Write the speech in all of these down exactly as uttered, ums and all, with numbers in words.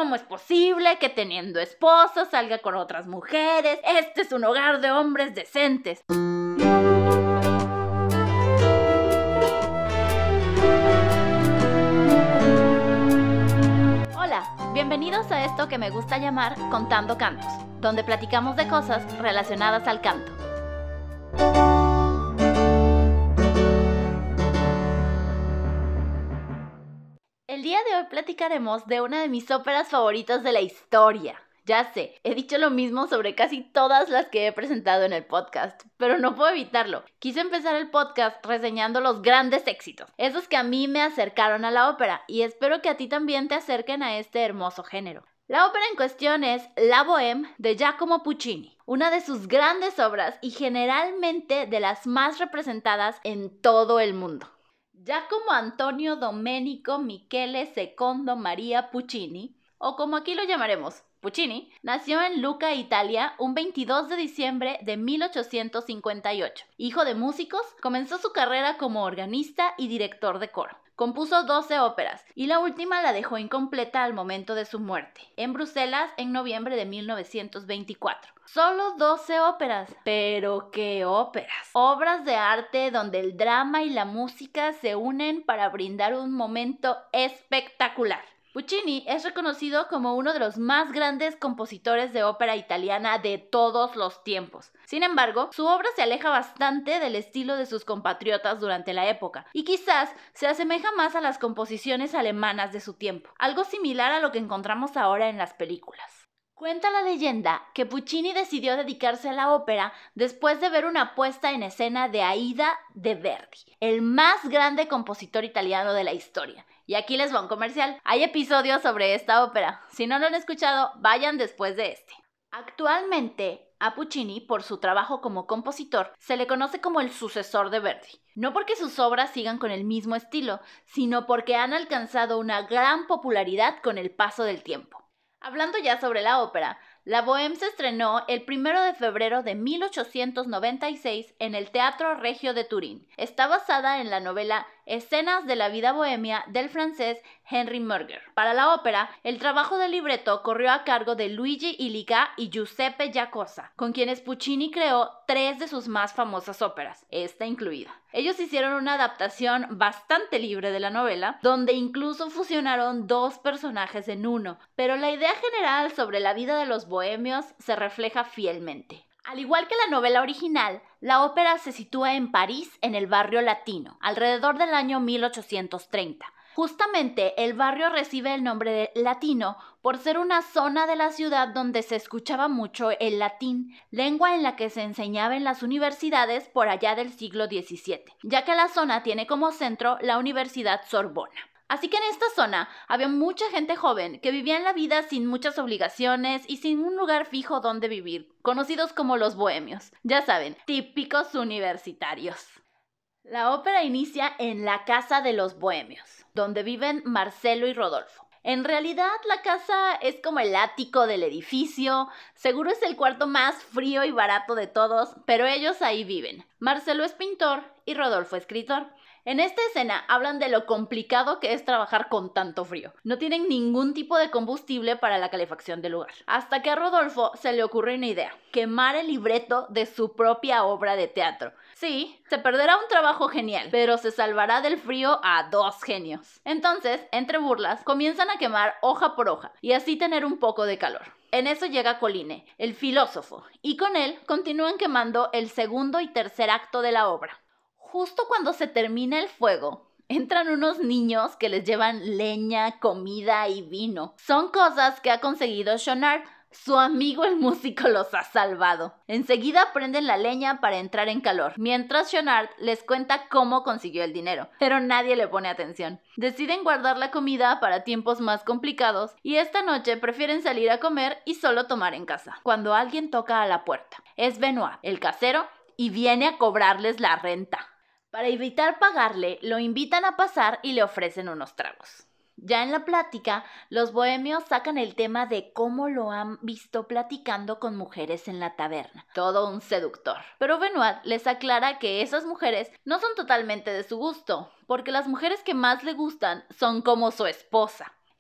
¿cómo es posible que teniendo esposa salga con otras mujeres? Este es un hogar de hombres decentes. Hola, bienvenidos a esto que me gusta llamar Contando Cantos, donde platicamos de cosas relacionadas al canto. El día de hoy platicaremos de una de mis óperas favoritas de la historia. Ya sé, he dicho lo mismo sobre casi todas las que he presentado en el podcast, pero no puedo evitarlo. Quise empezar el podcast reseñando los grandes éxitos, esos que a mí me acercaron a la ópera, y espero que a ti también te acerquen a este hermoso género. La ópera en cuestión es La Bohème de Giacomo Puccini, una de sus grandes obras y generalmente de las más representadas en todo el mundo. Giacomo Antonio Domenico Michele Secondo Maria Puccini, o como aquí lo llamaremos, Puccini, nació en Lucca, Italia, un veintidós de diciembre de mil ochocientos cincuenta y ocho. Hijo de músicos, comenzó su carrera como organista y director de coro. Compuso doce óperas y la última la dejó incompleta al momento de su muerte, en Bruselas en noviembre de mil novecientos veinticuatro. Solo doce óperas, pero ¿qué óperas? Obras de arte donde el drama y la música se unen para brindar un momento espectacular. Puccini es reconocido como uno de los más grandes compositores de ópera italiana de todos los tiempos. Sin embargo, su obra se aleja bastante del estilo de sus compatriotas durante la época y quizás se asemeja más a las composiciones alemanas de su tiempo, algo similar a lo que encontramos ahora en las películas. Cuenta la leyenda que Puccini decidió dedicarse a la ópera después de ver una puesta en escena de Aida de Verdi, el más grande compositor italiano de la historia. Y aquí les va un comercial. Hay episodios sobre esta ópera. Si no lo han escuchado, vayan después de este. Actualmente, a Puccini, por su trabajo como compositor, se le conoce como el sucesor de Verdi. No porque sus obras sigan con el mismo estilo, sino porque han alcanzado una gran popularidad con el paso del tiempo. Hablando ya sobre la ópera, La Bohème se estrenó el primero de febrero de mil ochocientos noventa y seis en el Teatro Regio de Turín. Está basada en la novela Escenas de la vida bohemia del francés Henri Murger. Para la ópera, el trabajo del libreto corrió a cargo de Luigi Illica y Giuseppe Giacosa, con quienes Puccini creó tres de sus más famosas óperas, esta incluida. Ellos hicieron una adaptación bastante libre de la novela, donde incluso fusionaron dos personajes en uno, pero la idea general sobre la vida de los bohemios se refleja fielmente. Al igual que la novela original, la ópera se sitúa en París, en el barrio latino, alrededor del año mil ochocientos treinta. Justamente el barrio recibe el nombre de latino por ser una zona de la ciudad donde se escuchaba mucho el latín, lengua en la que se enseñaba en las universidades por allá del siglo diecisiete, ya que la zona tiene como centro la Universidad Sorbona. Así que en esta zona había mucha gente joven que vivía en la vida sin muchas obligaciones y sin un lugar fijo donde vivir, conocidos como los bohemios, ya saben, típicos universitarios. La ópera inicia en la casa de los bohemios, donde viven Marcello y Rodolfo. En realidad la casa es como el ático del edificio, seguro es el cuarto más frío y barato de todos, pero ellos ahí viven. Marcello es pintor y Rodolfo escritor. En esta escena hablan de lo complicado que es trabajar con tanto frío. No tienen ningún tipo de combustible para la calefacción del lugar. Hasta que a Rodolfo se le ocurre una idea: quemar el libreto de su propia obra de teatro. Sí, se perderá un trabajo genial, pero se salvará del frío a dos genios. Entonces, entre burlas, comienzan a quemar hoja por hoja y así tener un poco de calor. En eso llega Colline, el filósofo, y con él continúan quemando el segundo y tercer acto de la obra. Justo cuando se termina el fuego, entran unos niños que les llevan leña, comida y vino. Son cosas que ha conseguido Schaunard. Su amigo el músico los ha salvado. Enseguida prenden la leña para entrar en calor, mientras Schaunard les cuenta cómo consiguió el dinero, pero nadie le pone atención. Deciden guardar la comida para tiempos más complicados y esta noche prefieren salir a comer y solo tomar en casa, cuando alguien toca a la puerta. Es Benoit, el casero, y viene a cobrarles la renta. Para evitar pagarle, lo invitan a pasar y le ofrecen unos tragos. Ya en la plática, los bohemios sacan el tema de cómo lo han visto platicando con mujeres en la taberna. Todo un seductor. Pero Benoit les aclara que esas mujeres no son totalmente de su gusto, porque las mujeres que más le gustan son como su esposa.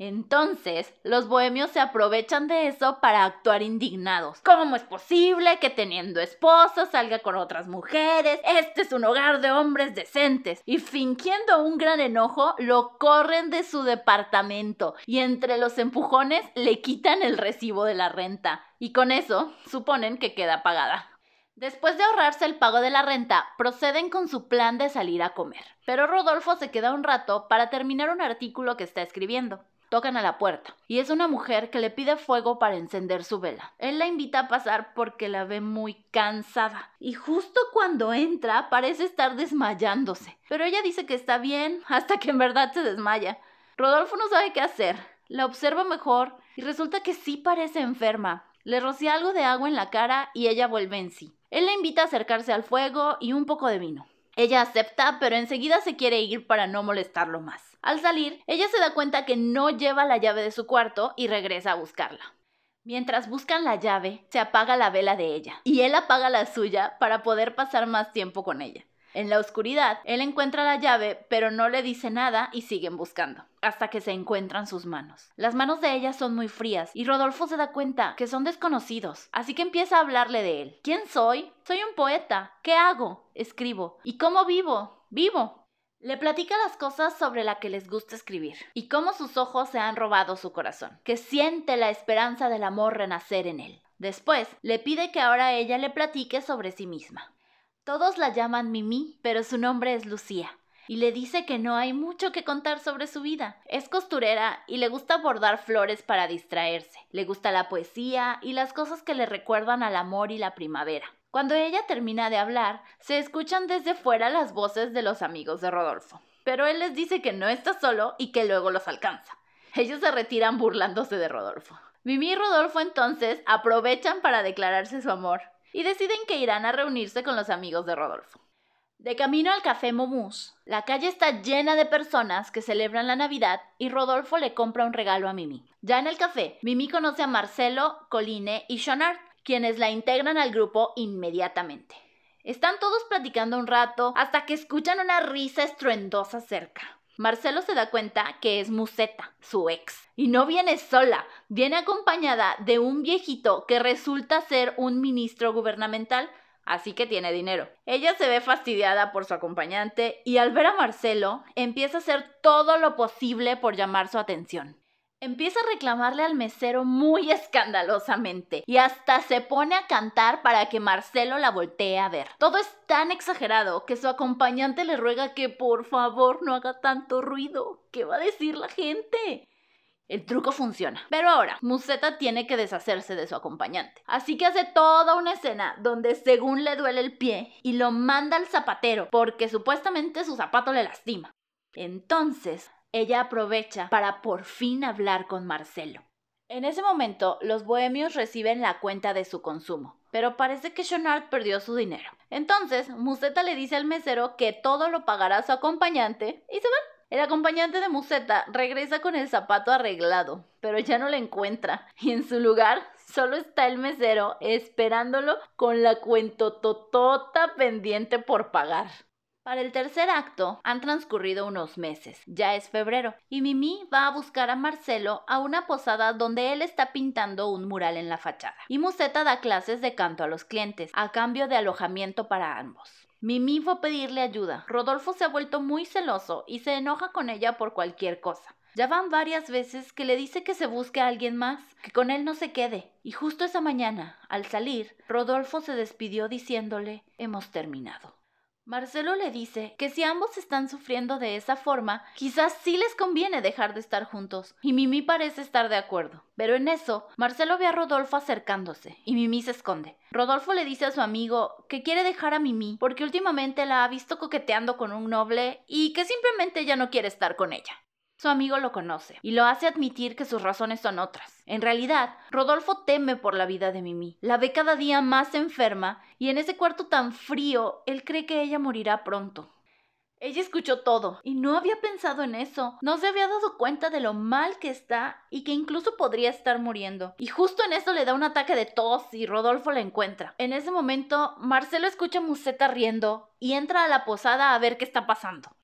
Entonces, los bohemios se aprovechan de eso para actuar indignados. ¿Cómo es posible que teniendo esposa salga con otras mujeres? Este es un hogar de hombres decentes. Y fingiendo un gran enojo, lo corren de su departamento y entre los empujones le quitan el recibo de la renta. Y con eso, suponen que queda pagada. Después de ahorrarse el pago de la renta, proceden con su plan de salir a comer. Pero Rodolfo se queda un rato para terminar un artículo que está escribiendo. Tocan a la puerta, y es una mujer que le pide fuego para encender su vela. Él la invita a pasar porque la ve muy cansada, y justo cuando entra parece estar desmayándose. Pero ella dice que está bien, hasta que en verdad se desmaya. Rodolfo no sabe qué hacer, la observa mejor, y resulta que sí parece enferma. Le rocía algo de agua en la cara y ella vuelve en sí. Él la invita a acercarse al fuego y un poco de vino. Ella acepta, pero enseguida se quiere ir para no molestarlo más. Al salir, ella se da cuenta que no lleva la llave de su cuarto y regresa a buscarla. Mientras buscan la llave, se apaga la vela de ella, y él apaga la suya para poder pasar más tiempo con ella. En la oscuridad, él encuentra la llave, pero no le dice nada y siguen buscando, hasta que se encuentran sus manos. Las manos de ella son muy frías, y Rodolfo se da cuenta que son desconocidos, así que empieza a hablarle de él. ¿Quién soy? Soy un poeta. ¿Qué hago? Escribo. ¿Y cómo vivo? Vivo. Le platica las cosas sobre las que les gusta escribir, y cómo sus ojos se han robado su corazón, que siente la esperanza del amor renacer en él. Después, le pide que ahora ella le platique sobre sí misma. Todos la llaman Mimi, pero su nombre es Lucía, y le dice que no hay mucho que contar sobre su vida. Es costurera y le gusta bordar flores para distraerse. Le gusta la poesía y las cosas que le recuerdan al amor y la primavera. Cuando ella termina de hablar, se escuchan desde fuera las voces de los amigos de Rodolfo. Pero él les dice que no está solo y que luego los alcanza. Ellos se retiran burlándose de Rodolfo. Mimi y Rodolfo entonces aprovechan para declararse su amor y deciden que irán a reunirse con los amigos de Rodolfo. De camino al Café Momus, la calle está llena de personas que celebran la Navidad y Rodolfo le compra un regalo a Mimi. Ya en el café, Mimi conoce a Marcelo, Colline y Jonard, quienes la integran al grupo inmediatamente. Están todos platicando un rato hasta que escuchan una risa estruendosa cerca. Marcelo se da cuenta que es Musetta, su ex. Y no viene sola, viene acompañada de un viejito que resulta ser un ministro gubernamental, así que tiene dinero. Ella se ve fastidiada por su acompañante y al ver a Marcelo, empieza a hacer todo lo posible por llamar su atención. Empieza a reclamarle al mesero muy escandalosamente y hasta se pone a cantar para que Marcelo la voltee a ver. Todo es tan exagerado que su acompañante le ruega que por favor no haga tanto ruido. ¿Qué va a decir la gente? El truco funciona. Pero ahora, Musetta tiene que deshacerse de su acompañante. Así que hace toda una escena donde según le duele el pie y lo manda al zapatero porque supuestamente su zapato le lastima. Entonces, ella aprovecha para por fin hablar con Marcelo. En ese momento, los bohemios reciben la cuenta de su consumo, pero parece que Jonard perdió su dinero. Entonces, Musetta le dice al mesero que todo lo pagará su acompañante y se van. El acompañante de Musetta regresa con el zapato arreglado, pero ya no lo encuentra, y en su lugar solo está el mesero esperándolo con la cuentototota pendiente por pagar. Para el tercer acto han transcurrido unos meses, ya es febrero, y Mimi va a buscar a Marcelo a una posada donde él está pintando un mural en la fachada. Y Musetta da clases de canto a los clientes, a cambio de alojamiento para ambos. Mimi fue a pedirle ayuda. Rodolfo se ha vuelto muy celoso y se enoja con ella por cualquier cosa. Ya van varias veces que le dice que se busque a alguien más, que con él no se quede. Y justo esa mañana, al salir, Rodolfo se despidió diciéndole: hemos terminado. Marcelo le dice que si ambos están sufriendo de esa forma, quizás sí les conviene dejar de estar juntos, y Mimi parece estar de acuerdo. Pero en eso, Marcelo ve a Rodolfo acercándose, y Mimi se esconde. Rodolfo le dice a su amigo que quiere dejar a Mimi porque últimamente la ha visto coqueteando con un noble y que simplemente ya no quiere estar con ella. Su amigo lo conoce y lo hace admitir que sus razones son otras. En realidad, Rodolfo teme por la vida de Mimi. La ve cada día más enferma y en ese cuarto tan frío, él cree que ella morirá pronto. Ella escuchó todo y no había pensado en eso. No se había dado cuenta de lo mal que está y que incluso podría estar muriendo. Y justo en eso le da un ataque de tos y Rodolfo la encuentra. En ese momento, Marcelo escucha a Musetta riendo y entra a la posada a ver qué está pasando.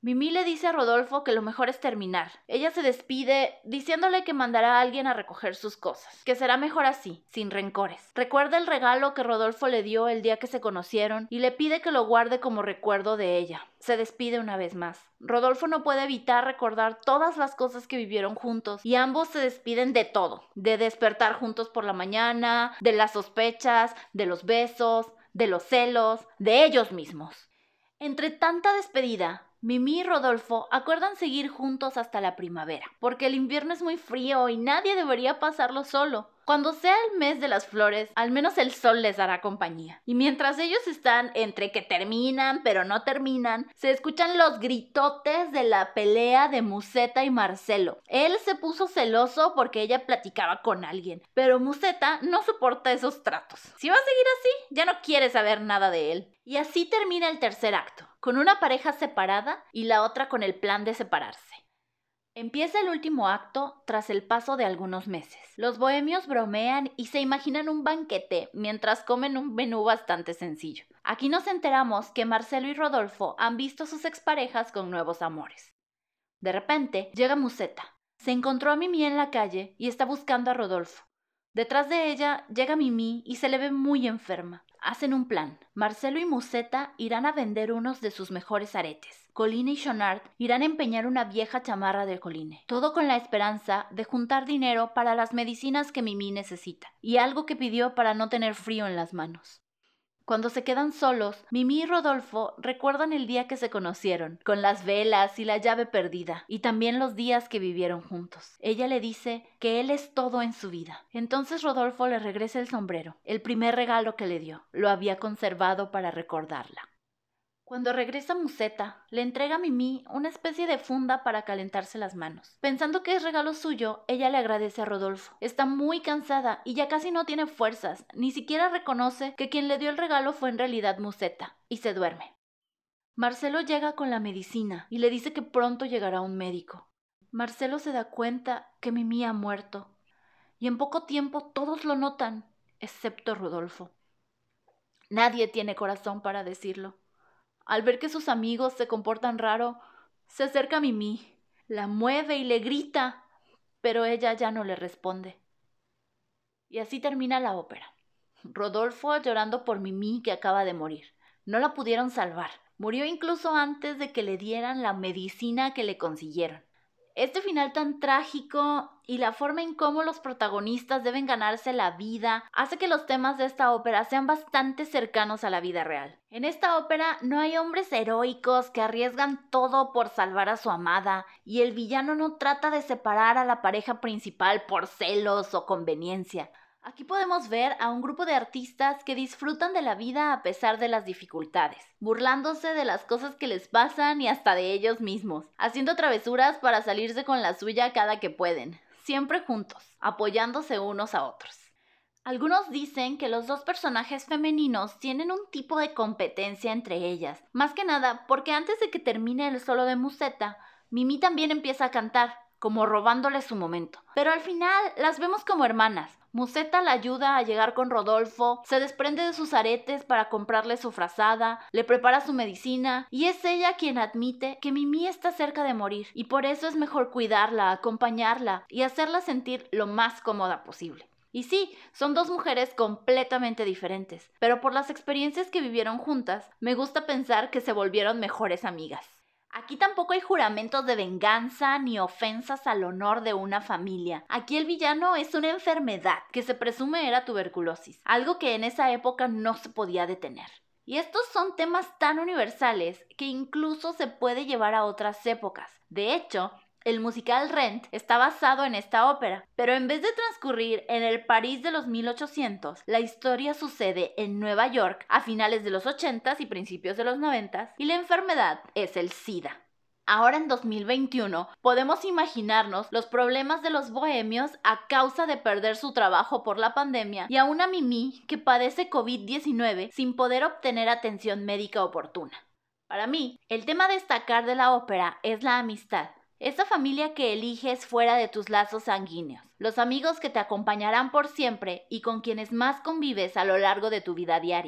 Mimi le dice a Rodolfo que lo mejor es terminar. Ella se despide diciéndole que mandará a alguien a recoger sus cosas, que será mejor así, sin rencores. Recuerda el regalo que Rodolfo le dio el día que se conocieron y le pide que lo guarde como recuerdo de ella. Se despide una vez más. Rodolfo no puede evitar recordar todas las cosas que vivieron juntos y ambos se despiden de todo, de despertar juntos por la mañana, de las sospechas, de los besos, de los celos, de ellos mismos. Entre tanta despedida, Mimi y Rodolfo acuerdan seguir juntos hasta la primavera, porque el invierno es muy frío y nadie debería pasarlo solo. Cuando sea el mes de las flores, al menos el sol les dará compañía. Y mientras ellos están entre que terminan pero no terminan, se escuchan los gritotes de la pelea de Musetta y Marcelo. Él se puso celoso porque ella platicaba con alguien, pero Musetta no soporta esos tratos. Si va a seguir así, ya no quiere saber nada de él. Y así termina el tercer acto, con una pareja separada y la otra con el plan de separarse. Empieza el último acto tras el paso de algunos meses. Los bohemios bromean y se imaginan un banquete mientras comen un menú bastante sencillo. Aquí nos enteramos que Marcelo y Rodolfo han visto a sus exparejas con nuevos amores. De repente llega Musetta. Se encontró a Mimi en la calle y está buscando a Rodolfo. Detrás de ella llega Mimi y se le ve muy enferma. Hacen un plan. Marcelo y Musetta irán a vender unos de sus mejores aretes. Colline y Schonard irán a empeñar una vieja chamarra de Colline. Todo con la esperanza de juntar dinero para las medicinas que Mimi necesita y algo que pidió para no tener frío en las manos. Cuando se quedan solos, Mimi y Rodolfo recuerdan el día que se conocieron, con las velas y la llave perdida, y también los días que vivieron juntos. Ella le dice que él es todo en su vida. Entonces Rodolfo le regresa el sombrero, el primer regalo que le dio. Lo había conservado para recordarla. Cuando regresa Musetta, le entrega a Mimi una especie de funda para calentarse las manos. Pensando que es regalo suyo, ella le agradece a Rodolfo. Está muy cansada y ya casi no tiene fuerzas, ni siquiera reconoce que quien le dio el regalo fue en realidad Musetta, y se duerme. Marcelo llega con la medicina y le dice que pronto llegará un médico. Marcelo se da cuenta que Mimi ha muerto, y en poco tiempo todos lo notan, excepto Rodolfo. Nadie tiene corazón para decirlo. Al ver que sus amigos se comportan raro, se acerca a Mimi, la mueve y le grita, pero ella ya no le responde. Y así termina la ópera. Rodolfo llorando por Mimi que acaba de morir. No la pudieron salvar. Murió incluso antes de que le dieran la medicina que le consiguieron. Este final tan trágico y la forma en cómo los protagonistas deben ganarse la vida hace que los temas de esta ópera sean bastante cercanos a la vida real. En esta ópera no hay hombres heroicos que arriesgan todo por salvar a su amada y el villano no trata de separar a la pareja principal por celos o conveniencia. Aquí podemos ver a un grupo de artistas que disfrutan de la vida a pesar de las dificultades, burlándose de las cosas que les pasan y hasta de ellos mismos, haciendo travesuras para salirse con la suya cada que pueden, siempre juntos, apoyándose unos a otros. Algunos dicen que los dos personajes femeninos tienen un tipo de competencia entre ellas, más que nada porque antes de que termine el solo de Musetta, Mimi también empieza a cantar, como robándole su momento. Pero al final las vemos como hermanas. Musetta la ayuda a llegar con Rodolfo, se desprende de sus aretes para comprarle su frazada, le prepara su medicina y es ella quien admite que Mimi está cerca de morir y por eso es mejor cuidarla, acompañarla y hacerla sentir lo más cómoda posible. Y sí, son dos mujeres completamente diferentes, pero por las experiencias que vivieron juntas, me gusta pensar que se volvieron mejores amigas. Aquí tampoco hay juramentos de venganza ni ofensas al honor de una familia. Aquí el villano es una enfermedad que se presume era tuberculosis, algo que en esa época no se podía detener. Y estos son temas tan universales que incluso se puede llevar a otras épocas. De hecho, el musical Rent está basado en esta ópera, pero en vez de transcurrir en el París de los mil ochocientos, la historia sucede en Nueva York a finales de los ochentas y principios de los noventas, y la enfermedad es el SIDA. Ahora en dos mil veintiuno podemos imaginarnos los problemas de los bohemios a causa de perder su trabajo por la pandemia y a una Mimi que padece covid diecinueve sin poder obtener atención médica oportuna. Para mí, el tema a destacar de la ópera es la amistad. Esa familia que eliges fuera de tus lazos sanguíneos, los amigos que te acompañarán por siempre y con quienes más convives a lo largo de tu vida diaria.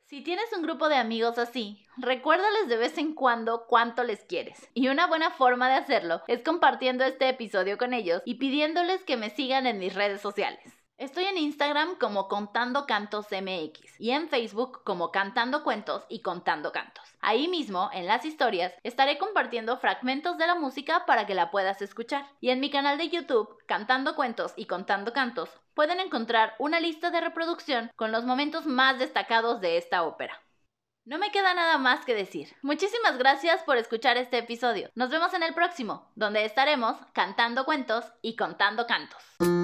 Si tienes un grupo de amigos así, recuérdales de vez en cuando cuánto les quieres. Y una buena forma de hacerlo es compartiendo este episodio con ellos y pidiéndoles que me sigan en mis redes sociales. Estoy en Instagram como Contando Cantos M X y en Facebook como Cantando Cuentos y Contando Cantos. Ahí mismo, en las historias, estaré compartiendo fragmentos de la música para que la puedas escuchar. Y en mi canal de YouTube, Cantando Cuentos y Contando Cantos, pueden encontrar una lista de reproducción con los momentos más destacados de esta ópera. No me queda nada más que decir. Muchísimas gracias por escuchar este episodio. Nos vemos en el próximo, donde estaremos cantando cuentos y contando cantos.